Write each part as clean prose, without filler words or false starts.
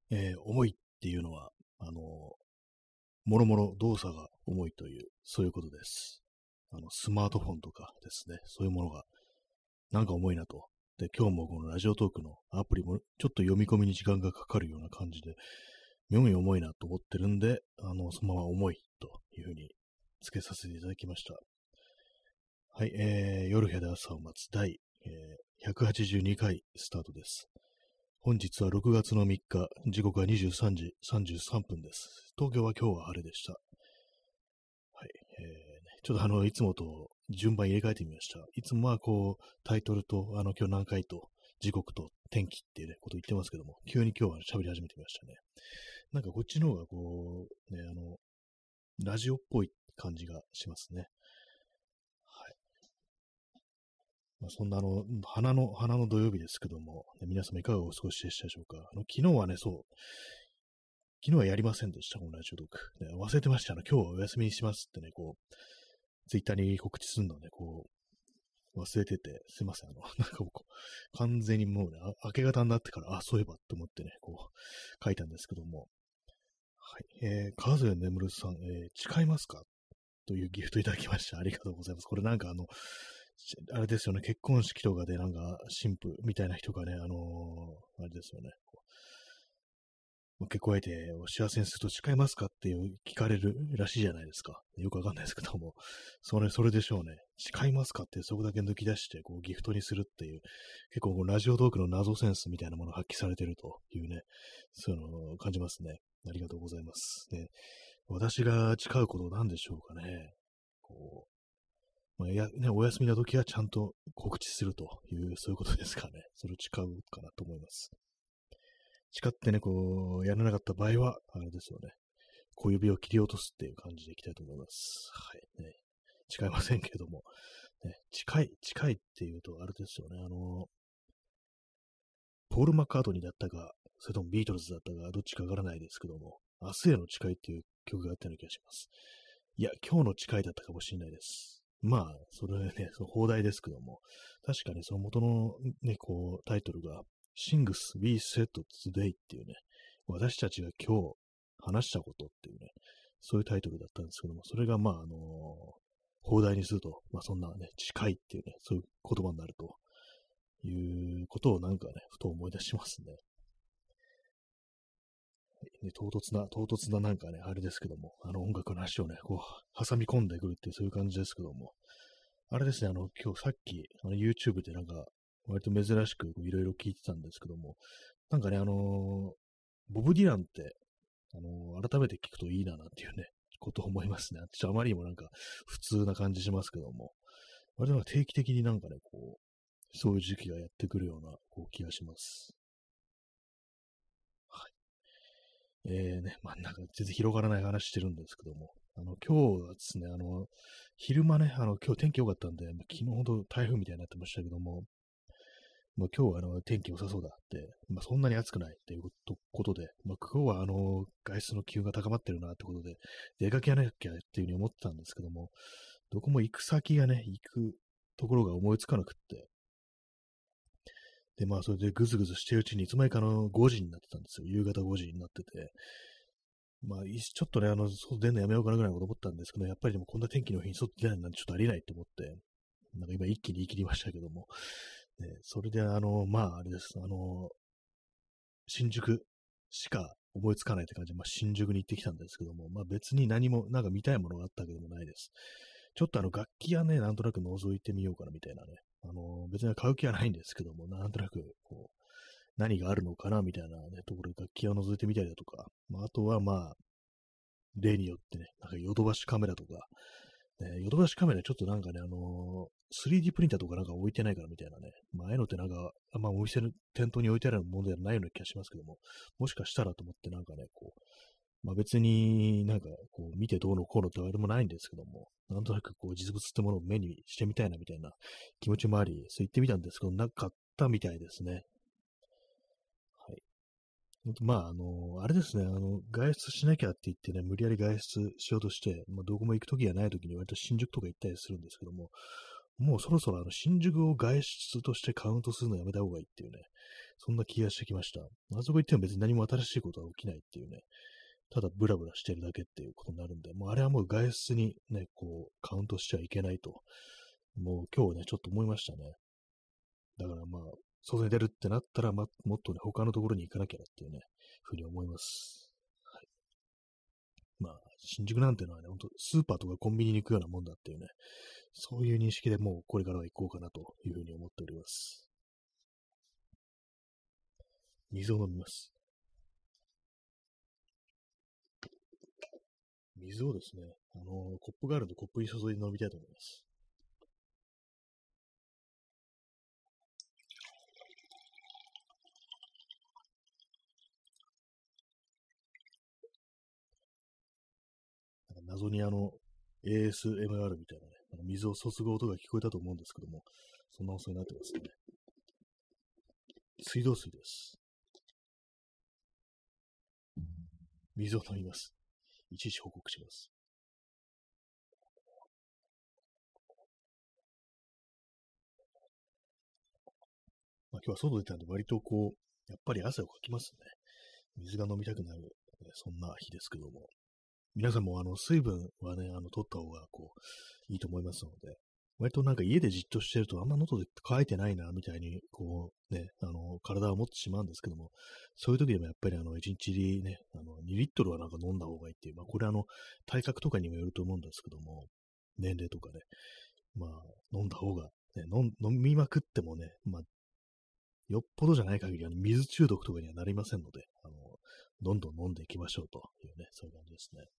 重いっていうのは、もろもろ動作が重いという、そういうことです。スマートフォンとかですね、そういうものが、なんか重いなと。で、今日もこのラジオトークのアプリも、ちょっと読み込みに時間がかかるような感じで、妙に重いなと思ってるんで、そのまま重いというふうに付けさせていただきました。はい、夜部で朝を待つ第、182回スタートです。本日は6月の3日、時刻は23時33分です。東京は今日は晴れでした。はい、ちょっといつもと順番入れ替えてみました。いつもはこう、タイトルと、今日何回と、時刻と天気っていうね、こと言ってますけども、急に今日は喋り始めてみましたね。なんかこっちの方がこう、ね、ラジオっぽい感じがしますね。はい。まあ、そんな花の土曜日ですけども、ね、皆様いかがお過ごしでしたでしょうか。昨日はね、そう、昨日はやりませんでした、このラジオトーク。ね、忘れてました。今日はお休みにしますってね、こう、ツイッターに告知するのね、こう、忘れてて、すいません。なんかもう、完全にもうね、明け方になってから、あ、そういえばって思ってね、こう、書いたんですけども。はい。川添眠さん、誓いますかというギフトいただきました。ありがとうございます。これなんかあれですよね、結婚式とかでなんか、新婦みたいな人がね、あれですよね、結婚相手を幸せにすると誓いますかっていう聞かれるらしいじゃないですか。よくわかんないですけども、それでしょうね。誓いますかってそこだけ抜き出して、こう、ギフトにするっていう、結構こうラジオトークの謎センスみたいなものを発揮されてるというね、そういうのを感じますね。ありがとうございます。ね、私が誓うことなんでしょうかね。こう、お休みの時はちゃんと告知するという、そういうことですかね。それを誓うかなと思います。誓ってね、こう、やらなかった場合は、あれですよね。小指を切り落とすっていう感じでいきたいと思います。はい。ね。誓いませんけども。ね、近いっていうと、あれですよね。ポール・マッカートニーだったか、それともビートルズだったか、どっちかわからないですけども、明日への誓いっていう曲があったような気がします。いや、今日の誓いだったかもしれないです。まあ、それね、その放題ですけども、確かにその元のね、こう、タイトルが、Things We Said Today っていうね、私たちが今日話したことっていうね、そういうタイトルだったんですけども、それがまあ、放題にすると、まあそんなね、誓いっていうね、そういう言葉になるということをなんかね、ふと思い出しますね。ね、唐突ななんかね、あれですけども、音楽の話をね、こう、挟み込んでくるっていうそういう感じですけども、あれですね、今日さっき、YouTube でなんか、割と珍しくいろいろ聞いてたんですけども、なんかね、ボブ・ディランって、改めて聞くといいな、なんていうね、ことを思いますね。私あまりにもなんか、普通な感じしますけども、割となんか定期的になんかね、こう、そういう時期がやってくるような、こう、気がします。はい。ね、まあ、なんか全然広がらない話してるんですけども、今日はですね、昼間ね、今日天気良かったんで、昨日ほど台風みたいになってましたけども、まあ、今日は天気良さそうだって、まあ、そんなに暑くないっていうことで、まあ、今日は外出の気温が高まってるなってことで、出かけなきゃっていうふうに思ってたんですけども、どこも行く先がね、行くところが思いつかなくって、で、まあ、それでぐずぐずしてるうちに、いつまにか5時になってたんですよ。夕方5時になってて、まあ、ちょっとね、外出るのやめようかなぐらいのこと思ったんですけど、やっぱりでもこんな天気の日に外出ないなんてちょっとありえないと思って、なんか今一気に言い切りましたけども、ね、それでまあ、あれです。新宿しか思いつかないって感じで、まあ、新宿に行ってきたんですけども、まあ別に何も、なんか見たいものがあったわけでもないです。ちょっと楽器屋ね、なんとなく覗いてみようかなみたいなね。別に買う気はないんですけども、なんとなく、こう、何があるのかなみたいなね、ところで楽器屋を覗いてみたりだとか、まあ、あとはまあ、例によってね、なんかヨドバシカメラとか、ね、ヨドバシカメラちょっとなんかね、3D プリンターとかなんか置いてないからみたいなね、まあ、ああいうのってなんか、あんまお店の店頭に置いてあるものではないような気がしますけども、もしかしたらと思ってなんかね、こう、まあ別になんかこう見てどうのこうのってあれもないんですけども、なんとなくこう実物ってものを目にしてみたいなみたいな気持ちもあり、そう言ってみたんですけど、なかったみたいですね。はい。まあ、あれですね、外出しなきゃって言ってね、無理やり外出しようとして、まあ、どこも行くときがないときに割と新宿とか行ったりするんですけども、もうそろそろ新宿を外出としてカウントするのやめた方がいいっていうね、 そんな気がしてきました。あそこ行っても別に何も新しいことは起きないっていうね、ただブラブラしてるだけっていうことになるんで、もうあれはもう外出にね、こう、カウントしちゃいけないと、もう今日ね、ちょっと思いましたね。だからまあ、外に出るってなったら、もっとね、他のところに行かなきゃなっていうね、ふうに思います。はい。まあ、新宿なんてのはね、ほんとスーパーとかコンビニに行くようなもんだっていうね、そういう認識でもうこれからは行こうかなというふうに思っております。水を飲みます。水をですね、コップがあるんでコップに注いで飲みたいと思います。なんか謎にASMR みたいなね、水を注ぐ音が聞こえたと思うんですけども、そんな音になってますね。水道水です。水を飲みます。いちいち報告します。まあ、今日は外出たんで割とこう、やっぱり汗をかきますね。水が飲みたくなる、そんな日ですけども。皆さんも水分はね、取った方がこう、いいと思いますので、割となんか家でじっとしてるとあんま喉で乾いてないな、みたいに、こうね、体を持ってしまうんですけども、そういう時でもやっぱり1日にね、2リットルはなんか飲んだ方がいいっていう、まあこれ体格とかにもよると思うんですけども、年齢とかね、まあ飲んだ方が、ね、飲みまくってもね、まあよっぽどじゃない限り水中毒とかにはなりませんので、どんどん飲んでいきましょうというね、そういう感じですね。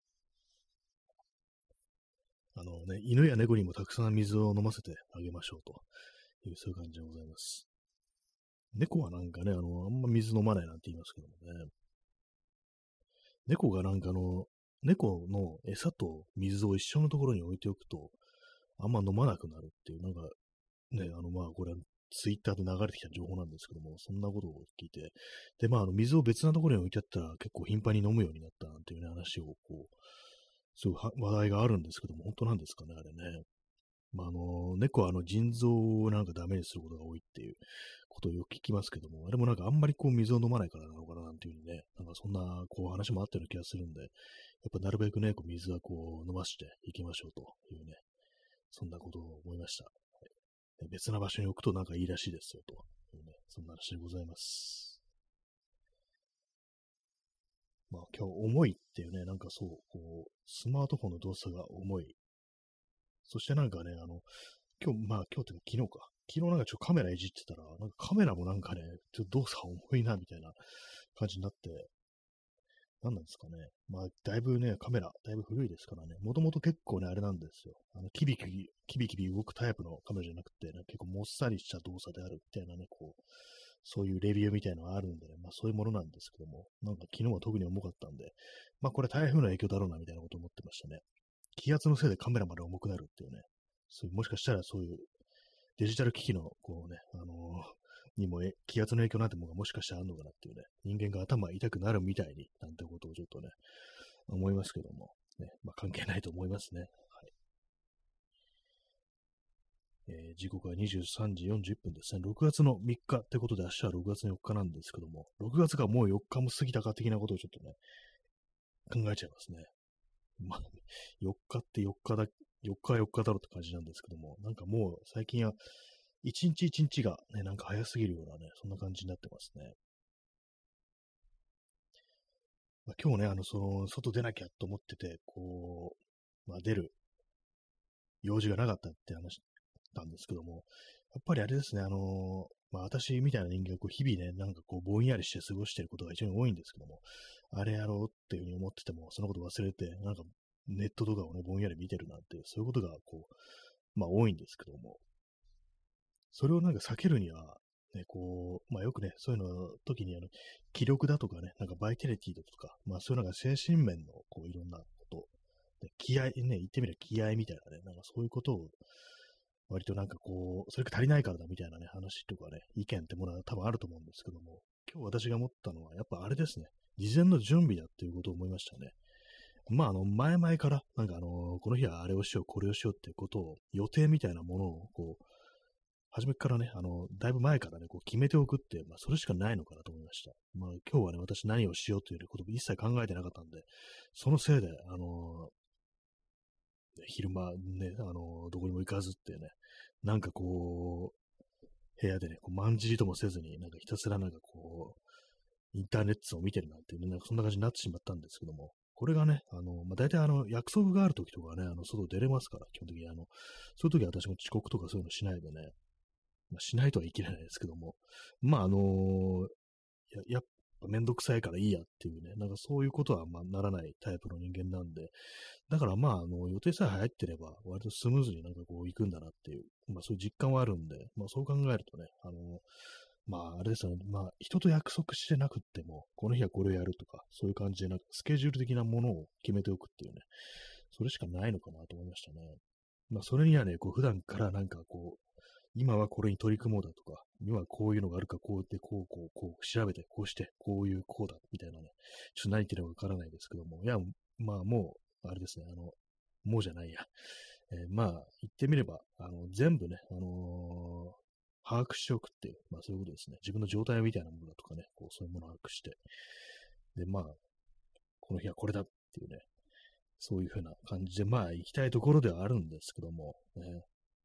犬や猫にもたくさん水を飲ませてあげましょうという、そういう感じでございます。猫はなんかね、あんま水飲まないなんて言いますけどもね。猫がなんか猫の餌と水を一緒のところに置いておくと、あんま飲まなくなるっていう、なんかね、まあ、これはツイッターで流れてきた情報なんですけども、そんなことを聞いて、で、まあ、水を別なところに置いてあったら結構頻繁に飲むようになったなんていうね、話をこう、そういう話題があるんですけども、本当なんですかね、あれね。まあ、猫は腎臓をなんかダメにすることが多いっていうことをよく聞きますけども、あれもなんかあんまりこう水を飲まないからなのかななんていうふうにね、なんかそんなこう話もあったような気がするんで、やっぱなるべくね、こう水はこう飲ましていきましょうというね、そんなことを思いました。はい、別な場所に置くとなんかいいらしいですよというね、そんな話でございます。まあ今日重いっていうね、なんかそう、こう、スマートフォンの動作が重い。そしてなんかね、今日っていうか昨日か。昨日なんかちょっとカメラいじってたら、なんかカメラもなんかね、ちょっと動作重いな、みたいな感じになって、何なんですかね。まあ、だいぶね、カメラ、だいぶ古いですからね。もともと結構ね、あれなんですよ。キビキビ動くタイプのカメラじゃなくて、ね、結構もっさりした動作であるみたいなね、こう、そういうレビューみたいなのがあるんでね、まあそういうものなんですけども、なんか昨日は特に重かったんで、まあこれ台風の影響だろうな、みたいなことを思ってましたね。気圧のせいでカメラまで重くなるっていうね、もしかしたらそういうデジタル機器の、こうね、にも気圧の影響なんてものがもしかしたらあるのかなっていうね、人間が頭痛くなるみたいに、なんてことをちょっとね、思いますけども、ね、まあ関係ないと思いますね。はい。時刻は23時41分ですね。6月の3日ってことで、明日は6月の4日なんですけども、6月がもう4日も過ぎたか的なことをちょっとね、考えちゃいますね。まあ、4日って4日だ、4日は4日だろうって感じなんですけども、なんかもう最近は一日一日がね、なんか早すぎるようなね、そんな感じになってますね。まあ、今日ね、外出なきゃと思ってて、こう、まあ、出る用事がなかったって話なんですけども、やっぱりあれですね、まあ、私みたいな人間がこう日々ね、なんかこう、ぼんやりして過ごしていることが非常に多いんですけども、あれやろうっていうふうに思ってても、そのこと忘れて、なんかネットとかをね、ぼんやり見てるなんて、そういうことがこう、まあ多いんですけども、それをなんか避けるには、ね、こう、まあよくね、そういうの時に気力だとかね、なんかバイタリティだとか、まあそういうのが精神面のこういろんなこと、で気合、ね、言ってみれば気合みたいなね、なんかそういうことを割となんかこう、それが足りないからだみたいなね、話とかね、意見ってものは多分あると思うんですけども、今日私が思ったのは、やっぱあれですね、事前の準備だっていうことを思いましたね。まあ、前々から、なんかこの日はあれをしよう、これをしようっていうことを、予定みたいなものを、こう、 初めからね、だいぶ前からね、こう決めておくって、まあ、それしかないのかなと思いました。まあ、今日はね、私何をしようということを一切考えてなかったんで、そのせいで、昼間ね、どこにも行かずってね、なんかこう、部屋でね、こう、まんじりともせずに、なんかひたすらなんかこう、インターネットを見てるなんていうね、なんかそんな感じになってしまったんですけども、これがね、まあ、大体約束がある時とかね、外出れますから、基本的にそういう時は私も遅刻とかそういうのしないでね、まあ、しないとは言い切れないですけども、まあ、やっぱめんどくさいからいいやっていうね、なんかそういうことはまあならないタイプの人間なんで、だからまあ、予定さえ入ってれば、割とスムーズになんかこう行くんだなっていう、まあそういう実感はあるんで、まあそう考えるとね、まああれですよね、まあ人と約束してなくっても、この日はこれをやるとか、そういう感じでなんかスケジュール的なものを決めておくっていうね、それしかないのかなと思いましたね。まあそれにはね、こう普段からなんかこう、今はこれに取り組もうだとか、今はこういうのがあるか、こうで、こう調べて、こうして、こういう、こうだ、みたいなね、ちょっと何言ってるのかわからないですけども、いや、まあもう、あれですね、もうじゃないや。まあ、言ってみれば、全部ね、把握しておくっていう、まあそういうことですね。自分の状態みたいなものだとかね、こう、そういうものを把握して、で、まあ、この日はこれだっていうね、そういうふうな感じで、まあ、行きたいところではあるんですけども、ね、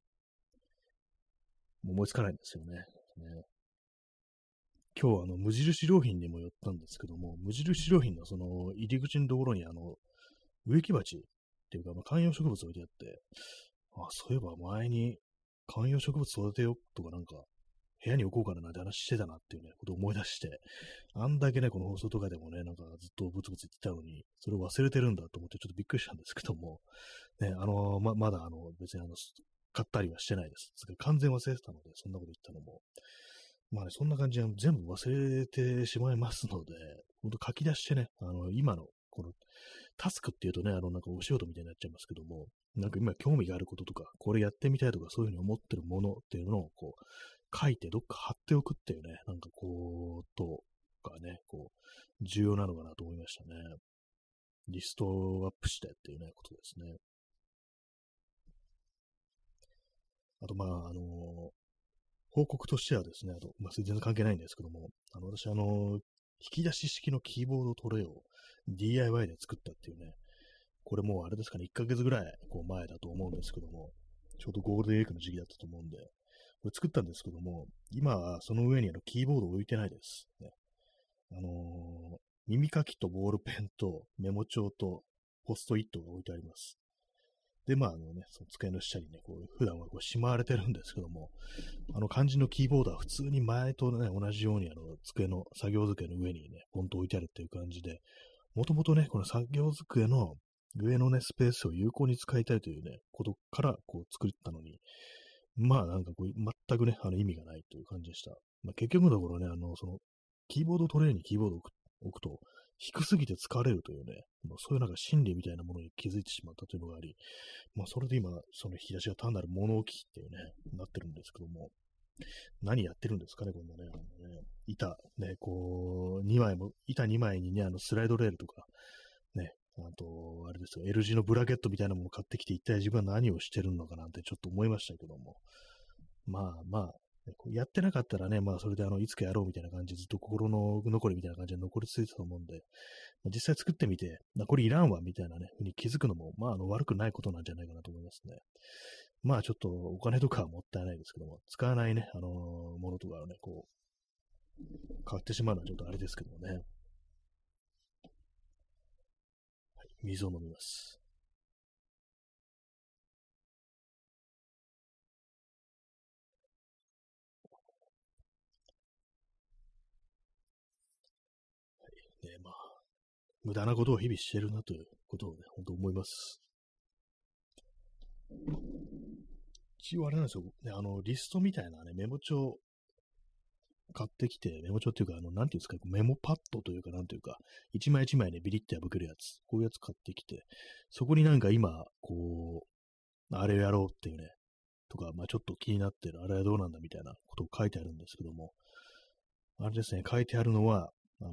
思いつかないんですよね。ね今日無印良品にも寄ったんですけども、無印良品のその入り口のところに植木鉢っていうか、まあ、観葉植物置いてあって、あ、そういえば前に観葉植物育てようとかなんか、部屋に置こうかななんて話してたなっていうね、ことを思い出して、あんだけね、この放送とかでもね、なんかずっとブツブツ言ってたのに、それを忘れてるんだと思ってちょっとびっくりしたんですけども、ね、まだ別に買ったりはしてないです。完全忘れてたので、そんなこと言ったのも。まあね、そんな感じで全部忘れてしまいますので、ほんと書き出してね、今の、このタスクっていうとね、なんかお仕事みたいになっちゃいますけども、なんか今興味があることとか、これやってみたいとか、そういうふうに思ってるものっていうのを、こう、書いてどっか貼っておくっていうね、なんかこう、とかね、こう、重要なのかなと思いましたね。リストアップしてっていうね、ことですね。あと、まあ、報告としてはですね、あと、まあ、それ全然関係ないんですけども、私、引き出し式のキーボードトレイを DIY で作ったっていうね、これもうあれですかね、1ヶ月ぐらいこう前だと思うんですけども、ちょうどゴールデンウィークの時期だったと思うんで、これ作ったんですけども、今はその上にキーボードを置いてないです。ね、あのー耳かきとボールペンとメモ帳とポストイットが置いてあります。で、まあ、その机の下にね、こう、普段はこうしまわれてるんですけども、肝心のキーボードは普通に前とね、同じように作業机の上にね、ポンと置いてあるっていう感じで、もともとね、この作業机の上のね、スペースを有効に使いたいというね、ことからこう作ったのに、まあなんかこう、全くね、意味がないという感じでした。まあ結局のところね、キーボードトレイにキーボードを置くと、低すぎて疲れるというね、そういうなんか心理みたいなものに気づいてしまったというのがあり、まあそれで今、その引き出しが単なる物置っていうね、なってるんですけども、何やってるんですかね、こんなね。板、ね、こう、2枚も、板2枚にね、スライドレールとか、ね、あと、あれですよ、L 字のブラケットみたいなものを買ってきて、一体自分は何をしてるのかなんてちょっと思いましたけども。まあまあ、ねこうやってなかったらね、まあそれでいつかやろうみたいな感じでずっと心の残りみたいな感じで残りついてたと思うんで、実際作ってみて、これいらんわみたいなね、ふうに気づくのも、まあ悪くないことなんじゃないかなと思いますね。まあちょっとお金とかはもったいないですけども、使わないね、ものとかをね、こう、買ってしまうのはちょっとあれですけどもね。はい、水を飲みます。ね、まあ、無駄なことを日々してるなということをね、本当思います。一応あれなんですよ、ね、リストみたいなね、メモ帳買ってきて、メモ帳っていうか、なんていうんですか、メモパッドというか、なんというか、一枚一枚ね、ビリって破けるやつ、こういうやつ買ってきて、そこになんか今、こう、あれをやろうっていうね、とか、まあちょっと気になってる、あれはどうなんだみたいなことを書いてあるんですけども、あれですね、書いてあるのは、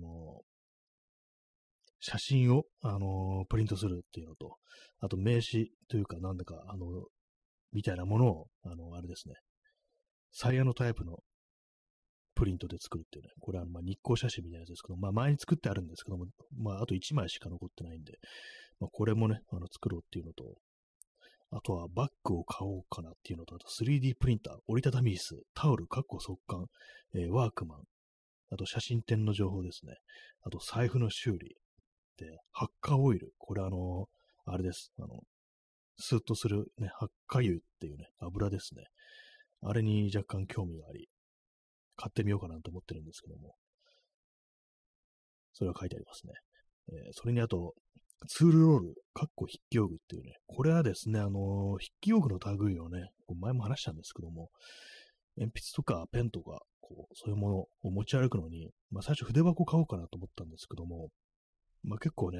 写真を、プリントするっていうのと、あと名刺というか、なんだか、みたいなものを、あれですね、 サイヤのタイプのプリントで作るっていうね、これはまあ日光写真みたいなやつですけど、まあ前に作ってあるんですけども、まああと1枚しか残ってないんで、まあこれもね、作ろうっていうのと、あとはバッグを買おうかなっていうのと、あと 3D プリンター、折りたたみ椅子、タオル、かっこ速乾、ワークマン、あと写真展の情報ですね。あと財布の修理。で、ハッカーオイル。これあれです。スーッとするね、ハッカ油っていうね、油ですね。あれに若干興味があり、買ってみようかなと思ってるんですけども、それは書いてありますね。それにあと、ツールロール、かっこ筆記用具っていうね、これはですね、筆記用具の類をね、前も話したんですけども、鉛筆とかペンとか、そういうものを持ち歩くのに、まあ最初筆箱買おうかなと思ったんですけども、まあ結構ね、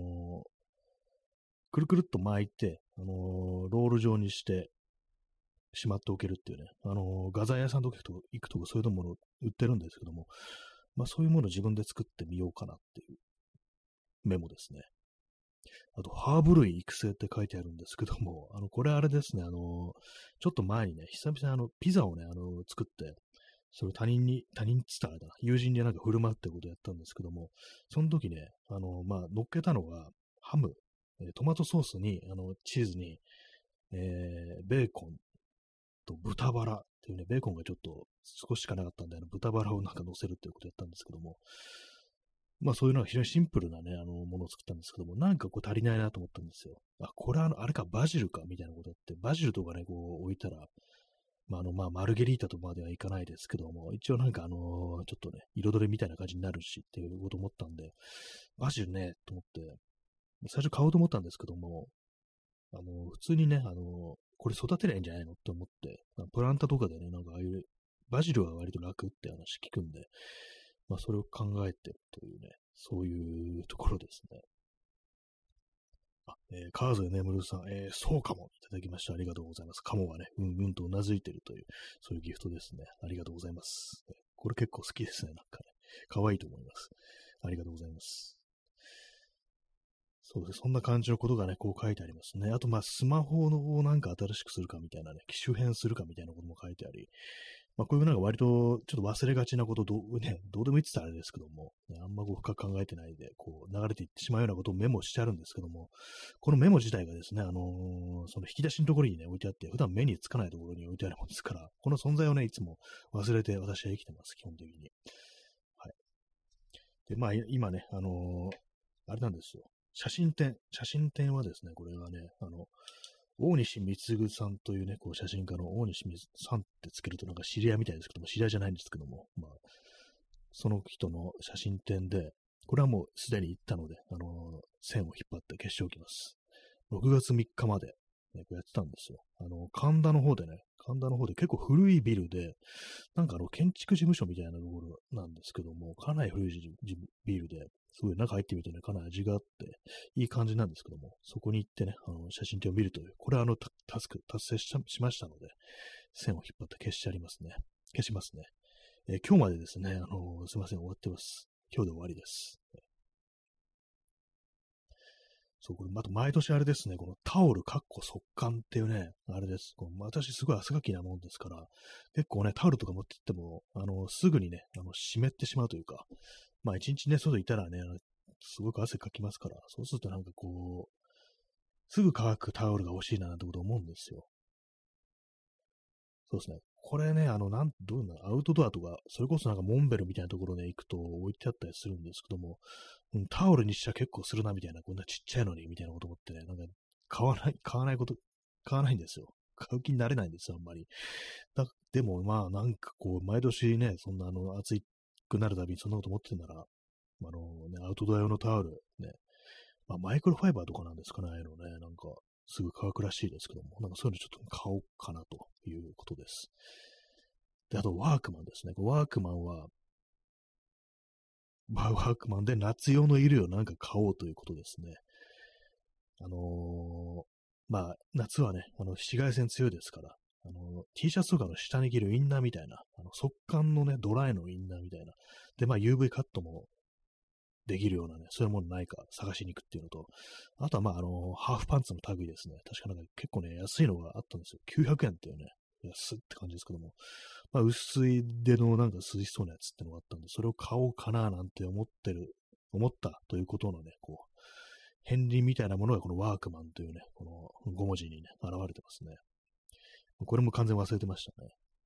くるくるっと巻いて、ロール状にしてしまっておけるっていうね、画材屋さんとか行くとそういうものを売ってるんですけども、まあそういうものを自分で作ってみようかなっていうメモですね。あと、ハーブ類育成って書いてあるんですけども、これあれですね、ちょっと前にね、久々にピザをね、作って、それ他人って言ったらあれだな、友人になんか振る舞うってことをやったんですけども、その時ね、まあ、乗っけたのが、ハム、トマトソースに、チーズに、ベーコンと豚バラっていうね、ベーコンがちょっと少ししかなかったんで、豚バラをなんか乗せるっていうことをやったんですけども、まあそういうのは非常にシンプルなね、ものを作ったんですけども、なんか足りないなと思ったんですよ。あ、これはあれか、バジルか、みたいなことやって、バジルとかね、置いたら、まあまあ、マルゲリータとまではいかないですけども、一応なんかちょっとね、彩りみたいな感じになるしっていうこと思ったんで、バジルね、と思って、最初買おうと思ったんですけども、普通にね、これ育てりゃいいんじゃないのって思って、プランターとかでね、なんかああいう、バジルは割と楽って話聞くんで、まあそれを考えてというね、そういうところですね。川添眠さん、そうかも、いただきました。ありがとうございます。カモがね、うんとうなずいてるという、そういうギフトですね。ありがとうございます。これ結構好きですね。なんかね、可愛いと思います。ありがとうございます。そうですね。そんな感じのことがね、こう書いてありますね。あと、まあ、スマホをなんか新しくするかみたいなね、機種変するかみたいなことも書いてあり、まあ、こういうなんか割とちょっと忘れがちなことどうでもいいって言ったらあれですけども、ね、あんま深く考えてないで、流れていってしまうようなことをメモしてあるんですけども、このメモ自体がですね、その引き出しのところにね、置いてあって、普段目につかないところに置いてあるもんですから、この存在をね、いつも忘れて私は生きてます、基本的に。はい。で、まあ、今ね、あれなんですよ。写真展はですね、これはね、大西貢さんというね、写真家の大西貢さんってつけるとなんか知り合いみたいですけども、知り合いじゃないんですけども、まあ、その人の写真展で、これはもうすでに行ったので、線を引っ張って消しておきます。6月3日まで、ね、こうやってたんですよ。神田の方でね、神田の方で結構古いビルで、なんか建築事務所みたいなところなんですけども、かなり古いビルで、すごい中入ってみるとね、かなり味があって、いい感じなんですけども、そこに行ってね、写真展を見るという、これはタスク達成しましたので、線を引っ張って消してありますね。消しますね。今日までですね、すいません、終わってます。今日で終わりです。そう、これ、あと毎年あれですね、このタオルかっこ速乾っていうね、あれです。私すごい汗かきなもんですから、結構ね、タオルとか持ってっても、すぐにね、湿ってしまうというか、まあ一日ね、外いたらね、すごく汗かきますから、そうするとなんかすぐ乾くタオルが欲しいななんてこと思うんですよ。そうですね。これね、どうなの、アウトドアとか、それこそなんかモンベルみたいなところね、行くと置いてあったりするんですけども、タオルにしちゃ結構するなみたいな、こんなちっちゃいのにみたいなこと思ってね、なんか買わないんですよ。買う気になれないんですよ、あんまり。でもまあ、なんか毎年ね、そんな暑くなるたびにそんなこと思ってんなら、アウトドア用のタオル、ね、まあ、マイクロファイバーとかなんですかね、ああいうのね、なんか、すぐ乾くらしいですけども、なんかそういうのちょっと買おうかなということです。で、あと、ワークマンですね。ワークマンは、ワークマンで夏用の衣類をなんか買おうということですね。まあ、夏はね、紫外線強いですから、T シャツとかの下に着るインナーみたいな、速乾のね、ドライのインナーみたいな。で、まあ、UV カットもできるようなね、そういうものないか探しに行くっていうのと、あとはまあ、ハーフパンツの類ですね。確かなんか結構ね、安いのがあったんですよ。900円っていうね、 安って感じですけども、まあ、薄いでのなんか涼しそうなやつってのがあったんで、それを買おうかななんて思ったということのね、こう、片鱗みたいなものがこのワークマンというね、この5文字にね、現れてますね。これも完全忘れてましたね。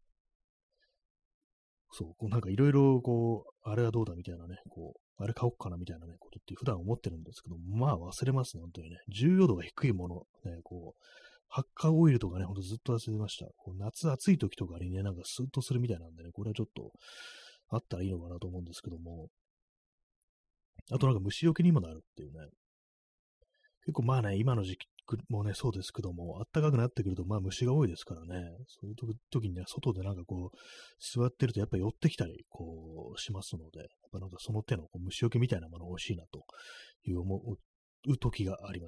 そう、こうなんかいろいろこう、あれはどうだみたいなね、こう、あれ買おうかなみたいなね、ことって普段思ってるんですけど、まあ忘れますね、本当にね。重要度が低いもの、ね、こう、ハッカーオイルとかね、ほんとずっと忘れてました。こう夏暑い時とかにね、なんかスーッとするみたいなんでね、これはちょっとあったらいいのかなと思うんですけども、あとなんか虫除けにもなるっていうね、結構まあね、今の時期もね、そうですけども、暖かくなってくると、まあ虫が多いですからね、そういう時にね、外でなんかこう、座ってるとやっぱり寄ってきたり、こう、しますので、やっぱなんかその手のこう虫除けみたいなもの欲しいなという思う時があります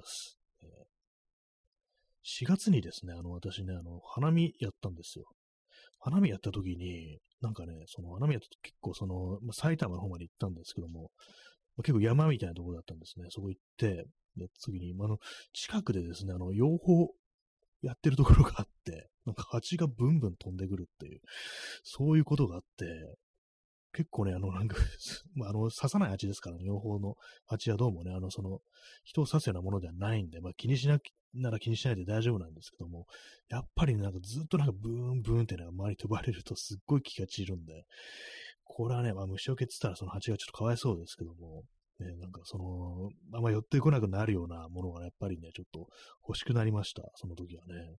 。4月にですね、私ね、花見やったんですよ。花見やった時に、なんかね、その花見やった時結構まあ、埼玉の方まで行ったんですけども、結構山みたいなところだったんですね。そこ行って、で、次に、近くでですね、養蜂やってるところがあって、なんか蜂がブンブン飛んでくるっていう、そういうことがあって、結構ね、なんかまあ、刺さない蜂ですからね、養蜂の蜂はどうもね、人を刺すようなものではないんで、まあ、気にしなきなら気にしないで大丈夫なんですけども、やっぱりね、なんかずっとなんかブーンブーンってね、周り飛ばれるとすっごい気が散るんで、これはね、まあ、虫除けって言ったらその蜂がちょっとかわいそうですけども、ね、なんかあんま寄ってこなくなるようなものがやっぱりね、ちょっと欲しくなりました、その時はね。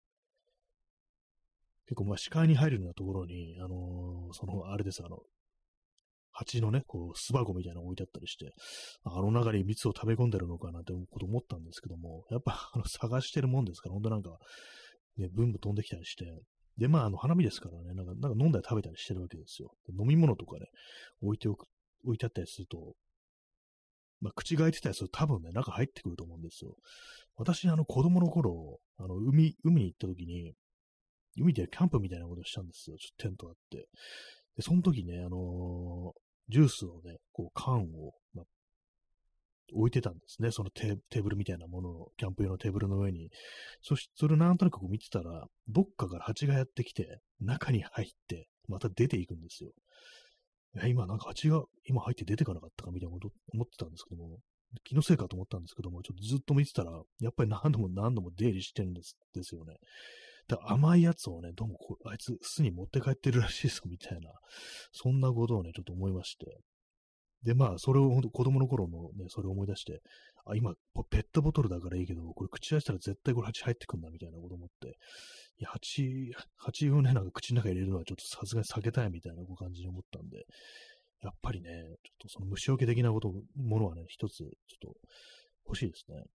結構まあ視界に入るようなところに、あれです、蜂のね、こう、巣箱みたいなの置いてあったりして、あの中に蜜を食べ込んでるのかなってこと思ったんですけども、やっぱ、探してるもんですから、ほんとなんか、ね、ブンブン飛んできたりして、で、まあ、花見ですからね、なんか飲んだり食べたりしてるわけですよ。で飲み物とかね、置いてあったりすると、まあ、口が開いてたりすると多分ね、中入ってくると思うんですよ。私、子供の頃、海に行った時に、海でキャンプみたいなことをしたんですよ。ちょっとテントあって。で、その時ね、ジュースのね、こう、缶を、まあ、置いてたんですね。そのテーブルみたいなものを、キャンプ用のテーブルの上に。それをなんとなくこう見てたら、どっかから蜂がやってきて、中に入って、また出ていくんですよ。今なんか蜂が今入って出てかなかったかみたいなこと思ってたんですけども、気のせいかと思ったんですけども、ちょっとずっと見てたら、やっぱり何度も何度も出入りしてるんですよね。だから甘いやつをね、どうもあいつ巣に持って帰ってるらしいぞみたいな、そんなことをね、ちょっと思いまして。で、まあ、それを本当子供の頃のね、それを思い出して、あ、今、ペットボトルだからいいけど、これ口出したら絶対これ蜂入ってくんだみたいなこと思って、いや、蜂をね、なんか口の中に入れるのはちょっとさすがに避けたいみたいな感じに思ったんで、やっぱりね、ちょっとその虫除け的なものはね、一つ、ちょっと欲しいですね。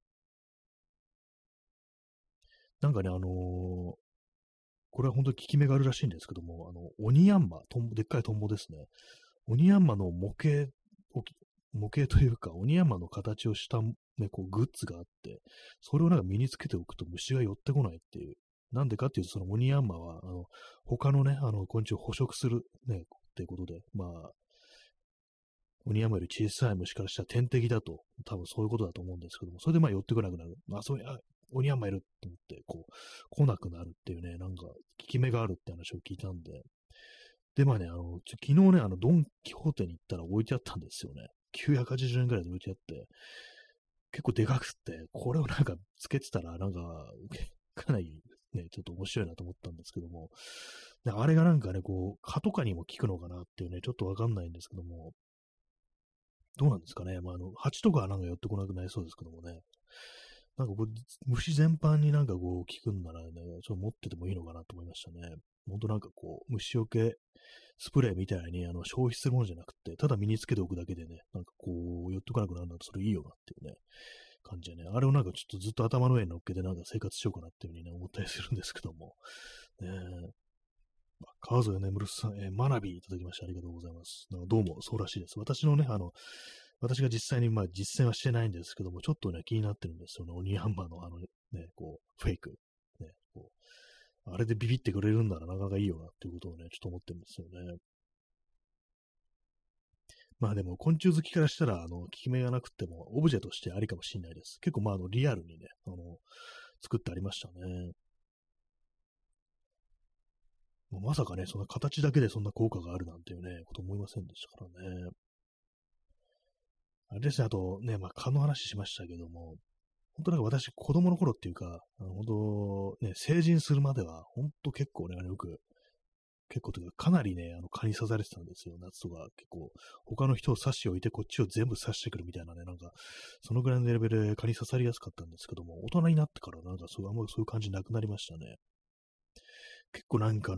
なんかね、これは本当に効き目があるらしいんですけども、オニヤンマ、でっかいトンボですね。オニヤンマのをき模型というか、オニヤンマの形をした、ね、こうグッズがあって、それをなんか身につけておくと虫が寄ってこないっていう。なんでかっていうと、そのオニヤンマは、他のね、昆虫を捕食する、ね、っていうことで、まあ、オニヤンマより小さい虫からしたら天敵だと、多分そういうことだと思うんですけども、それでまあ寄ってこなくなる。まあ、オニヤンマいると思って、こう、来なくなるっていうね、なんか、効き目があるって話を聞いたんで、で、まあね、昨日ね、ドン・キホーテに行ったら置いてあったんですよね。980円くらいで置いてあって、結構でかくって、これをなんかつけてたら、なんか、かなりね、ちょっと面白いなと思ったんですけども、であれがなんかね、こう、蚊とかにも効くのかなっていうね、ちょっとわかんないんですけども、どうなんですかね。まあ、蜂とかはなんか寄ってこなくなりそうですけどもね。なんかこう、虫全般になんかこう、効くんならね、ちょっと持っててもいいのかなと思いましたね。ほんとなんかこう、虫除けスプレーみたいに消費するものじゃなくて、ただ身につけておくだけでね、なんかこう、寄ってこなくなるんだとそれいいよなっていうね、感じでね、あれをなんかちょっとずっと頭の上に乗っけてなんか生活しようかなっていうふうにね、思ったりするんですけども。ねえ、川添眠さん、マナビーいただきましてありがとうございます。なんかどうもそうらしいです。私のね、私が実際にまあ実践はしてないんですけども、ちょっとね、気になってるんですよね。オニヤンマのね、こう、フェイク。ね、こう、あれでビビってくれるんならなかなかいいよなっていうことをね、ちょっと思ってるんですよね。まあでも、昆虫好きからしたら、効き目がなくても、オブジェとしてありかもしれないです。結構、まあ、リアルにね、作ってありましたね。 もうまさかね、そんな形だけでそんな効果があるなんていうね、こと思いませんでしたからね。あれですね、あとね、蚊の話しましたけども、本当なんか私、子供の頃っていうか、本当ね、成人するまでは、本当結構ね、よく、結構というか、かなりね、蚊に刺されてたんですよ。夏とか、結構、他の人を刺しておいて、こっちを全部刺してくるみたいなね、なんか、そのぐらいのレベルで蚊に刺さりやすかったんですけども、大人になってから、なんかそう、あんまそういう感じなくなりましたね。結構なんか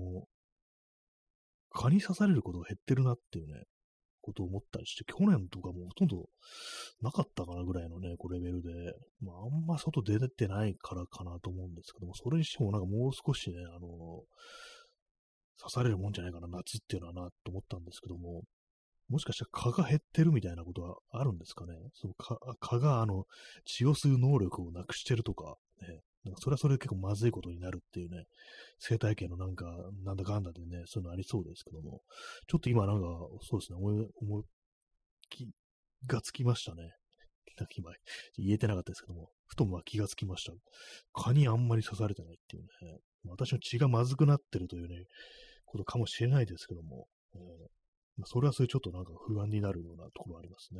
蚊に刺されることが減ってるなっていうね、ことを思ったりして、去年とかもうほとんどなかったかなぐらいのね、レベルで、あんま外出てないからかなと思うんですけども、それにしてもなんかもう少しね、刺されるもんじゃないかな、夏っていうのはな、と思ったんですけども、もしかしたら蚊が減ってるみたいなことはあるんですかね。そう、蚊が血を吸う能力をなくしてるとか、ね、なんかそれはそれで結構まずいことになるっていうね、生態系のなんか、なんだかんだでね、そういうのありそうですけども、ちょっと今なんか、そうですね、気がつきましたね。なんか今、言えてなかったですけども、ふと気がつきました。蚊にあんまり刺されてないっていうね、私の血がまずくなってるというね、ことかもしれないですけども、それはそれちょっとなんか不安になるようなところありますね。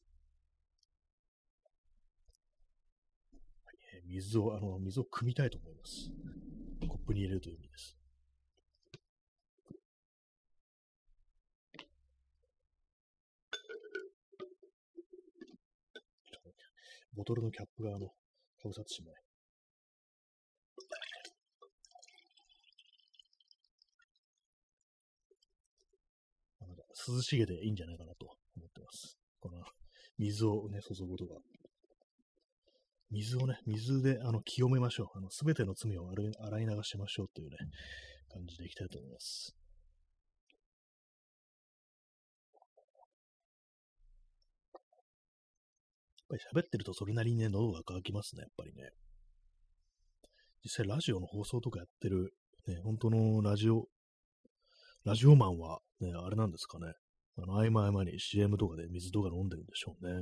水を汲みたいと思います。コップに入れるという意味です。ボトルのキャップがかぶさってしまい。なんか涼しげでいいんじゃないかなと思ってます。この水をね、注ぐことが。水をね、水で清めましょう。すべての罪を洗い流しましょうというね、感じでいきたいと思います。やっぱり喋ってるとそれなりにね、喉が渇きますね、やっぱりね。実際ラジオの放送とかやってる、ね、本当のラジオマンは、ね、あれなんですかね。合間合間に CM とかで水とか飲んでるんでしょうね。はい。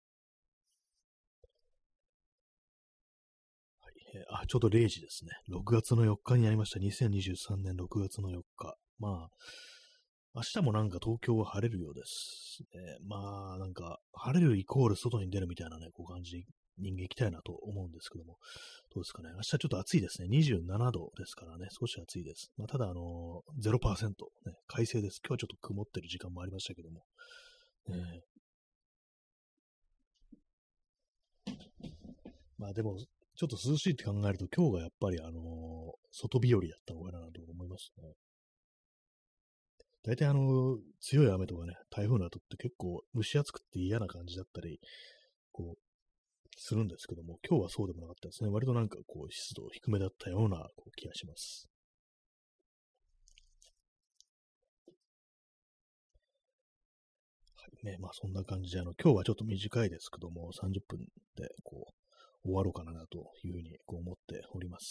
ちょうど0時ですね。6月の4日になりました。2023年6月の4日。明日もなんか東京は晴れるようですね。なんか、晴れるイコール外に出るみたいなね、感じで人間行きたいなと思うんですけども、どうですかね。明日ちょっと暑いですね。27度ですからね、少し暑いです。ただ、0%、ね、快晴です。今日はちょっと曇ってる時間もありましたけども。でも、ちょっと涼しいって考えると、今日がやっぱり外日和だったのかなと思いますね。大体強い雨とかね、台風の後って結構蒸し暑くて嫌な感じだったり、するんですけども、今日はそうでもなかったですね。割となんか湿度低めだったような気がします。はいね、そんな感じで、今日はちょっと短いですけども、30分で終わろうかなというふうに思っております。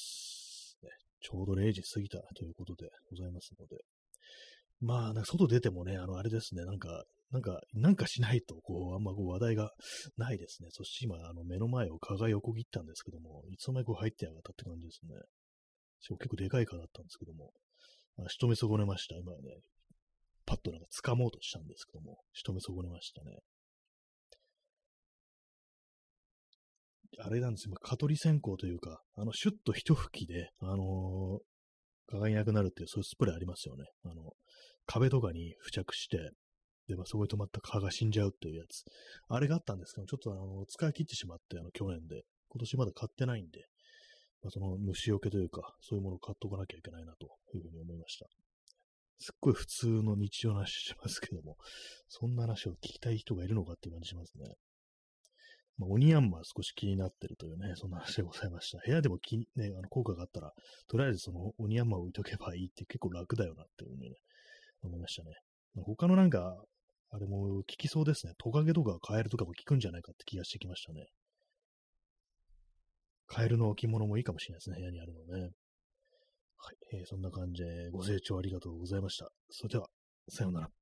ね、ちょうど0時過ぎたということでございますので、なんか外出てもね、あれですね、なんかしないと、あんま話題がないですね。そして今、目の前を蚊が横切ったんですけども、いつの間に入ってやがったって感じですね。しかも結構でかい蚊だったんですけども、仕留め損ねました。今はね、パッとなんか掴もうとしたんですけども、仕留め損ねましたね。あれなんですよ、蚊取り線香というか、シュッと一吹きで、蚊がいなくなるっていう、そういうスプレーありますよね。壁とかに付着して、で、そこに止まった蚊が死んじゃうっていうやつ。あれがあったんですけど、ちょっと使い切ってしまって、去年で。今年まだ買ってないんで、その虫除けというか、そういうものを買っとかなきゃいけないなというふうに思いました。すっごい普通の日常の話しますけども、そんな話を聞きたい人がいるのかっていう感じしますね。オニヤンマは少し気になってるというね、そんな話でございました。部屋でも効果があったら、とりあえずそのオニヤンマを置いとけばいいって結構楽だよなっていうふうにね、思いましたね。他のなんか、あれも効きそうですね。トカゲとかカエルとかも効くんじゃないかって気がしてきましたね。カエルの置物もいいかもしれないですね。部屋にあるのね。はい、そんな感じでご清聴ありがとうございました。それでは、さようなら。